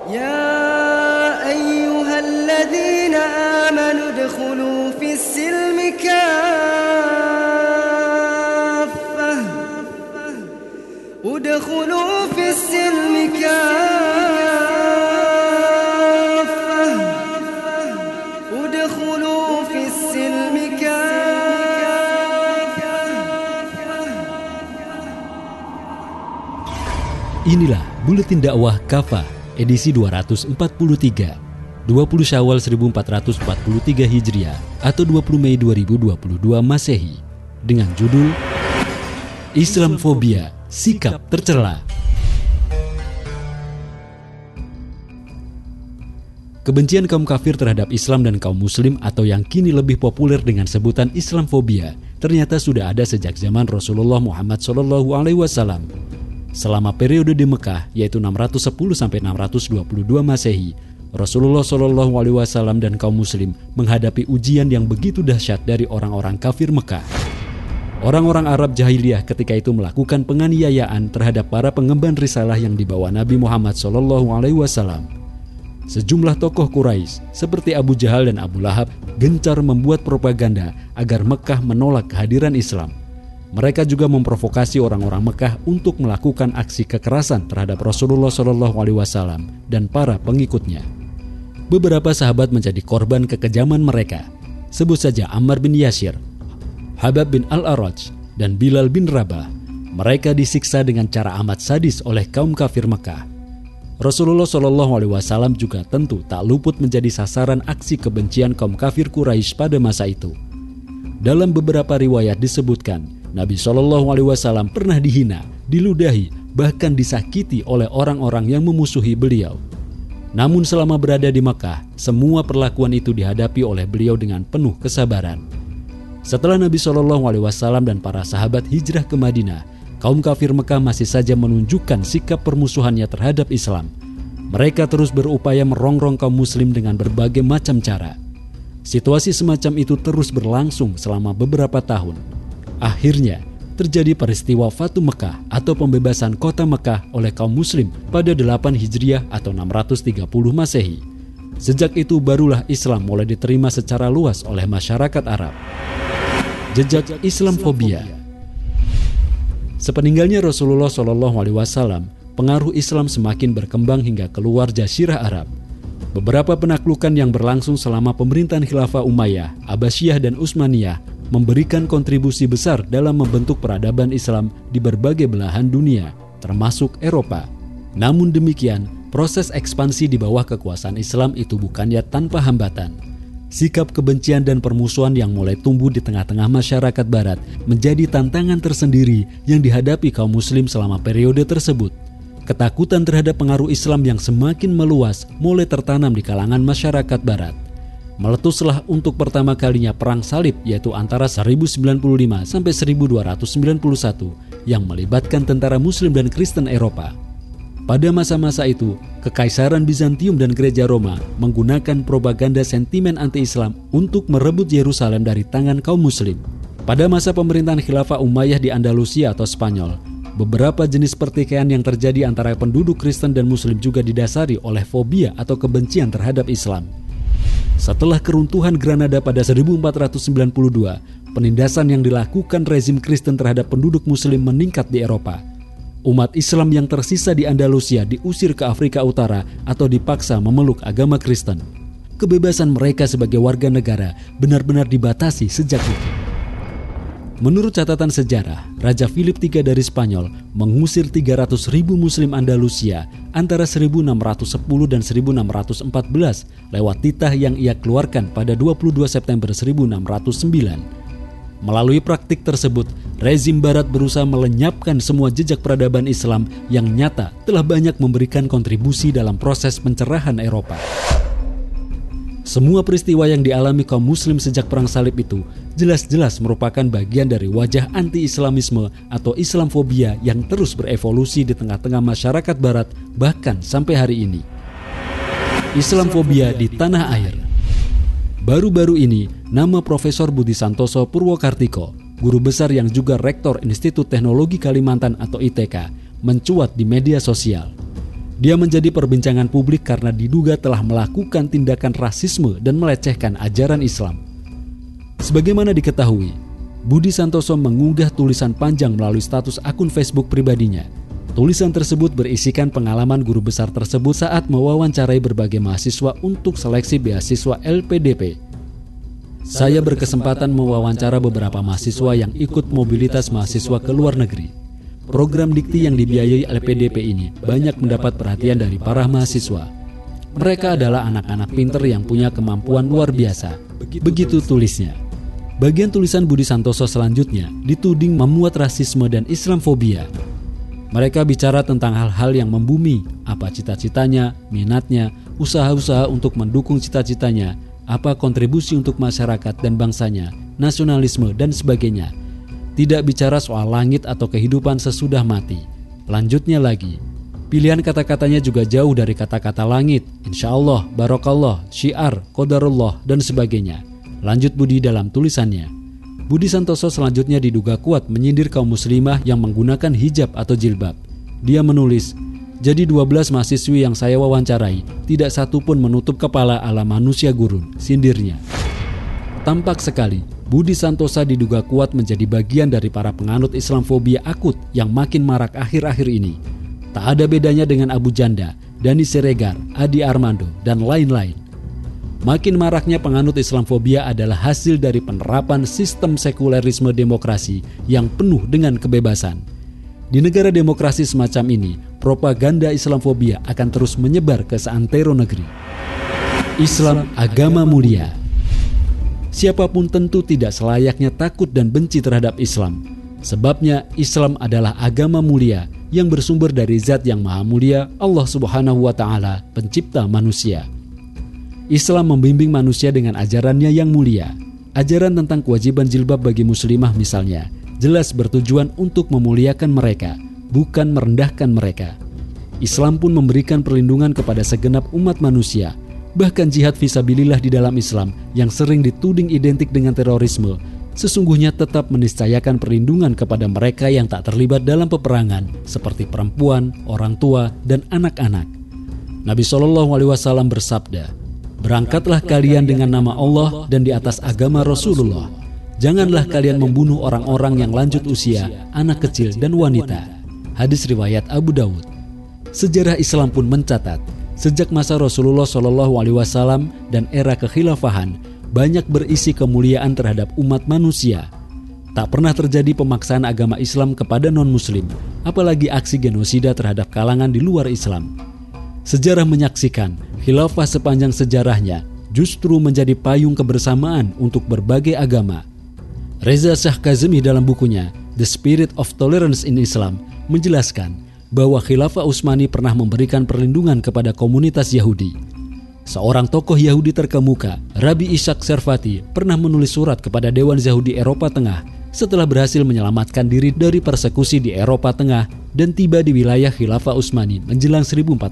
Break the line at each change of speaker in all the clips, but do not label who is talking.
يا أيها الذين آمنوا ادخلوا في السلم كافة ادخلوا في السلم كافة ادخلوا في السلم كافة.
Inilah Buletin Dakwah Kafah edisi 243, 20 Syawal 1443 Hijriah atau 20 Mei 2022 Masehi dengan judul Islamfobia, Sikap Tercela. Kebencian kaum kafir terhadap Islam dan kaum muslim atau yang kini lebih populer dengan sebutan Islamfobia ternyata sudah ada sejak zaman Rasulullah Muhammad SAW. Selama periode di Mekah, yaitu 610 sampai 622 Masehi, Rasulullah SAW dan kaum muslim menghadapi ujian yang begitu dahsyat dari orang-orang kafir Mekah. Orang-orang Arab jahiliyah ketika itu melakukan penganiayaan terhadap para pengemban risalah yang dibawa Nabi Muhammad SAW. Sejumlah tokoh Quraisy seperti Abu Jahal dan Abu Lahab gencar membuat propaganda agar Mekah menolak kehadiran Islam. Mereka juga memprovokasi orang-orang Mekah untuk melakukan aksi kekerasan terhadap Rasulullah SAW dan para pengikutnya. Beberapa sahabat menjadi korban kekejaman mereka. Sebut saja Ammar bin Yasir, Habab bin Al-Araj, dan Bilal bin Rabah. Mereka disiksa dengan cara amat sadis oleh kaum kafir Mekah. Rasulullah SAW juga tentu tak luput menjadi sasaran aksi kebencian kaum kafir Quraisy pada masa itu. Dalam beberapa riwayat disebutkan, Nabi SAW pernah dihina, diludahi, bahkan disakiti oleh orang-orang yang memusuhi beliau. Namun selama berada di Makkah, semua perlakuan itu dihadapi oleh beliau dengan penuh kesabaran. Setelah Nabi SAW dan para sahabat hijrah ke Madinah, kaum kafir Mekah masih saja menunjukkan sikap permusuhannya terhadap Islam. Mereka terus berupaya merongrong kaum muslim dengan berbagai macam cara. Situasi semacam itu terus berlangsung selama beberapa tahun. Akhirnya, terjadi peristiwa Fatu Mekah atau pembebasan kota Mekah oleh kaum muslim pada 8 Hijriah atau 630 Masehi. Sejak itu barulah Islam mulai diterima secara luas oleh masyarakat Arab. Jejak Islamfobia. Sepeninggalnya Rasulullah SAW, pengaruh Islam semakin berkembang hingga keluar Jazirah Arab. Beberapa penaklukan yang berlangsung selama pemerintahan Khilafah Umayyah, Abbasiyah dan Utsmaniyah memberikan kontribusi besar dalam membentuk peradaban Islam di berbagai belahan dunia, termasuk Eropa. Namun demikian, proses ekspansi di bawah kekuasaan Islam itu bukannya tanpa hambatan. Sikap kebencian dan permusuhan yang mulai tumbuh di tengah-tengah masyarakat Barat menjadi tantangan tersendiri yang dihadapi kaum muslim selama periode tersebut. Ketakutan terhadap pengaruh Islam yang semakin meluas mulai tertanam di kalangan masyarakat Barat. Meletuslah untuk pertama kalinya Perang Salib, yaitu antara 1095 sampai 1291 yang melibatkan tentara Muslim dan Kristen Eropa. Pada masa-masa itu, Kekaisaran Bizantium dan Gereja Roma menggunakan propaganda sentimen anti-Islam untuk merebut Yerusalem dari tangan kaum Muslim. Pada masa pemerintahan Khilafah Umayyah di Andalusia atau Spanyol, beberapa jenis pertikaian yang terjadi antara penduduk Kristen dan Muslim juga didasari oleh fobia atau kebencian terhadap Islam. Setelah keruntuhan Granada pada 1492, penindasan yang dilakukan rezim Kristen terhadap penduduk Muslim meningkat di Eropa. Umat Islam yang tersisa di Andalusia diusir ke Afrika Utara atau dipaksa memeluk agama Kristen. Kebebasan mereka sebagai warga negara benar-benar dibatasi sejak itu. Menurut catatan sejarah, Raja Philip III dari Spanyol mengusir 300.000 Muslim Andalusia antara 1610 dan 1614 lewat titah yang ia keluarkan pada 22 September 1609. Melalui praktik tersebut, rezim Barat berusaha melenyapkan semua jejak peradaban Islam yang nyata telah banyak memberikan kontribusi dalam proses pencerahan Eropa. Semua peristiwa yang dialami kaum muslim sejak Perang Salib itu jelas-jelas merupakan bagian dari wajah anti-Islamisme atau Islamfobia yang terus berevolusi di tengah-tengah masyarakat Barat bahkan sampai hari ini. Islamfobia di tanah air. Baru-baru ini, nama Profesor Budi Santoso Purwokartiko, guru besar yang juga Rektor Institut Teknologi Kalimantan atau ITK, mencuat di media sosial. Dia menjadi perbincangan publik karena diduga telah melakukan tindakan rasisme dan melecehkan ajaran Islam. Sebagaimana diketahui, Budi Santoso mengunggah tulisan panjang melalui status akun Facebook pribadinya. Tulisan tersebut berisikan pengalaman guru besar tersebut saat mewawancarai berbagai mahasiswa untuk seleksi beasiswa LPDP. Saya berkesempatan mewawancara beberapa mahasiswa yang ikut mobilitas mahasiswa ke luar negeri. Program dikti yang dibiayai LPDP ini banyak mendapat perhatian dari para mahasiswa. Mereka adalah anak-anak pinter yang punya kemampuan luar biasa. Begitu tulisnya. Bagian tulisan Budi Santoso selanjutnya dituding memuat rasisme dan Islamfobia. Mereka bicara tentang hal-hal yang membumi, apa cita-citanya, minatnya, usaha-usaha untuk mendukung cita-citanya, apa kontribusi untuk masyarakat dan bangsanya, nasionalisme dan sebagainya. Tidak bicara soal langit atau kehidupan sesudah mati. Lanjutnya lagi, pilihan kata-katanya juga jauh dari kata-kata langit, insyaallah, barokallah, syiar, qadarullah, dan sebagainya. Lanjut Budi dalam tulisannya. Budi Santoso selanjutnya diduga kuat menyindir kaum muslimah yang menggunakan hijab atau jilbab. Dia menulis, jadi 12 mahasiswi yang saya wawancarai, tidak satu pun menutup kepala ala manusia gurun, sindirnya. Tampak sekali, Budi Santoso diduga kuat menjadi bagian dari para penganut Islamfobia akut yang makin marak akhir-akhir ini. Tak ada bedanya dengan Abu Janda, Dani Siregar, Adi Armando, dan lain-lain. Makin maraknya penganut Islamfobia adalah hasil dari penerapan sistem sekulerisme demokrasi yang penuh dengan kebebasan. Di negara demokrasi semacam ini, propaganda Islamfobia akan terus menyebar ke seantero negeri. Islam agama mulia. Siapapun tentu tidak selayaknya takut dan benci terhadap Islam. Sebabnya Islam adalah agama mulia yang bersumber dari Zat yang Maha Mulia, Allah Subhanahu wa Ta'ala, pencipta manusia. Islam membimbing manusia dengan ajarannya yang mulia. Ajaran tentang kewajiban jilbab bagi muslimah misalnya, jelas bertujuan untuk memuliakan mereka, bukan merendahkan mereka. Islam pun memberikan perlindungan kepada segenap umat manusia. Bahkan jihad fisabilillah di dalam Islam yang sering dituding identik dengan terorisme, sesungguhnya tetap meniscayakan perlindungan kepada mereka yang tak terlibat dalam peperangan, seperti perempuan, orang tua, dan anak-anak. Nabi SAW bersabda, "Berangkatlah kalian dengan nama Allah dan di atas agama Rasulullah. Janganlah kalian membunuh orang-orang yang lanjut usia, anak kecil, dan wanita." Hadis riwayat Abu Dawud. Sejarah Islam pun mencatat, sejak masa Rasulullah SAW dan era kekhilafahan, banyak berisi kemuliaan terhadap umat manusia. Tak pernah terjadi pemaksaan agama Islam kepada non-muslim, apalagi aksi genosida terhadap kalangan di luar Islam. Sejarah menyaksikan, khilafah sepanjang sejarahnya justru menjadi payung kebersamaan untuk berbagai agama. Reza Shah Kazemi dalam bukunya The Spirit of Tolerance in Islam menjelaskan bahwa Khilafah Utsmani pernah memberikan perlindungan kepada komunitas Yahudi. Seorang tokoh Yahudi terkemuka, Rabbi Ishaq Servati, pernah menulis surat kepada Dewan Yahudi Eropa Tengah setelah berhasil menyelamatkan diri dari persekusi di Eropa Tengah dan tiba di wilayah Khilafah Utsmani menjelang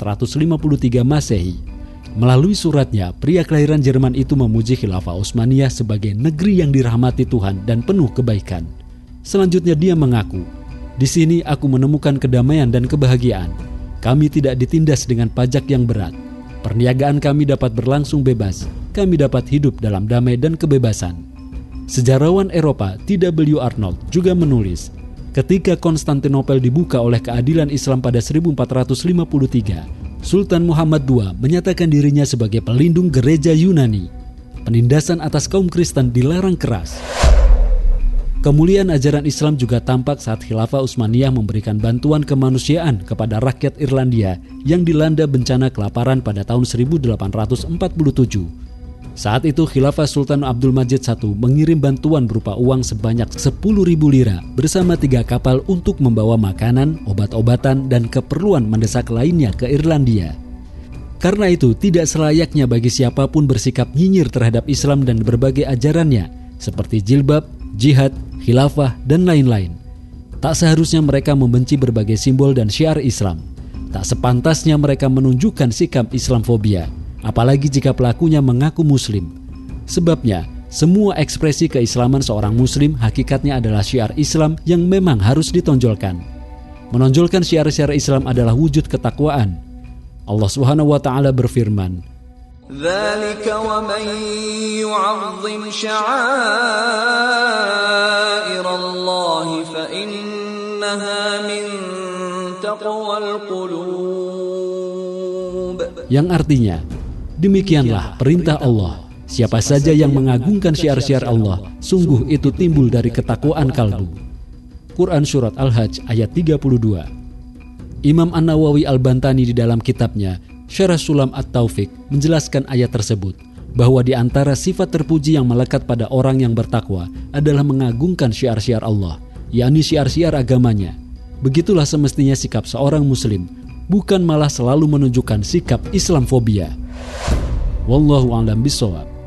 1453 Masehi. Melalui suratnya, pria kelahiran Jerman itu memuji Khilafah Utsmaniyah sebagai negeri yang dirahmati Tuhan dan penuh kebaikan. Selanjutnya dia mengaku, "Di sini aku menemukan kedamaian dan kebahagiaan. Kami tidak ditindas dengan pajak yang berat. Perniagaan kami dapat berlangsung bebas. Kami dapat hidup dalam damai dan kebebasan." Sejarawan Eropa T.W. Arnold juga menulis, ketika Konstantinopel dibuka oleh keadilan Islam pada 1453, Sultan Muhammad II menyatakan dirinya sebagai pelindung gereja Yunani. Penindasan atas kaum Kristen dilarang keras. Kemuliaan ajaran Islam juga tampak saat Khilafah Utsmaniyah memberikan bantuan kemanusiaan kepada rakyat Irlandia yang dilanda bencana kelaparan pada tahun 1847. Saat itu Khilafah Sultan Abdul Majid I mengirim bantuan berupa uang sebanyak 10.000 lira bersama 3 kapal untuk membawa makanan, obat-obatan, dan keperluan mendesak lainnya ke Irlandia. Karena itu tidak selayaknya bagi siapapun bersikap nyinyir terhadap Islam dan berbagai ajarannya seperti jilbab, jihad, khilafah, dan lain-lain. Tak seharusnya mereka membenci berbagai simbol dan syiar Islam. Tak sepantasnya mereka menunjukkan sikap Islamfobia, apalagi jika pelakunya mengaku muslim. Sebabnya, semua ekspresi keislaman seorang muslim hakikatnya adalah syiar Islam yang memang harus ditonjolkan. Menonjolkan syiar-syiar Islam adalah wujud ketakwaan. Allah Subhanahu wa taala berfirman,
ذلك ومن يعظم شعائر الله فإنها من تقوى القلوب.
Yang artinya, demikianlah perintah Allah. Siapa saja yang mengagungkan syiar-syiar Allah, sungguh itu timbul dari ketakwaan kalbu. Quran Surat Al-Hajj ayat 32. Imam An-Nawawi Al-Bantani di dalam kitabnya Syarah Sulam At-Taufiq menjelaskan ayat tersebut, bahwa di antara sifat terpuji yang melekat pada orang yang bertakwa adalah mengagungkan syiar-syiar Allah, yakni syiar-syiar agamanya. Begitulah semestinya sikap seorang muslim, bukan malah selalu menunjukkan sikap Islamfobia. Wallahu a'lam bishawab.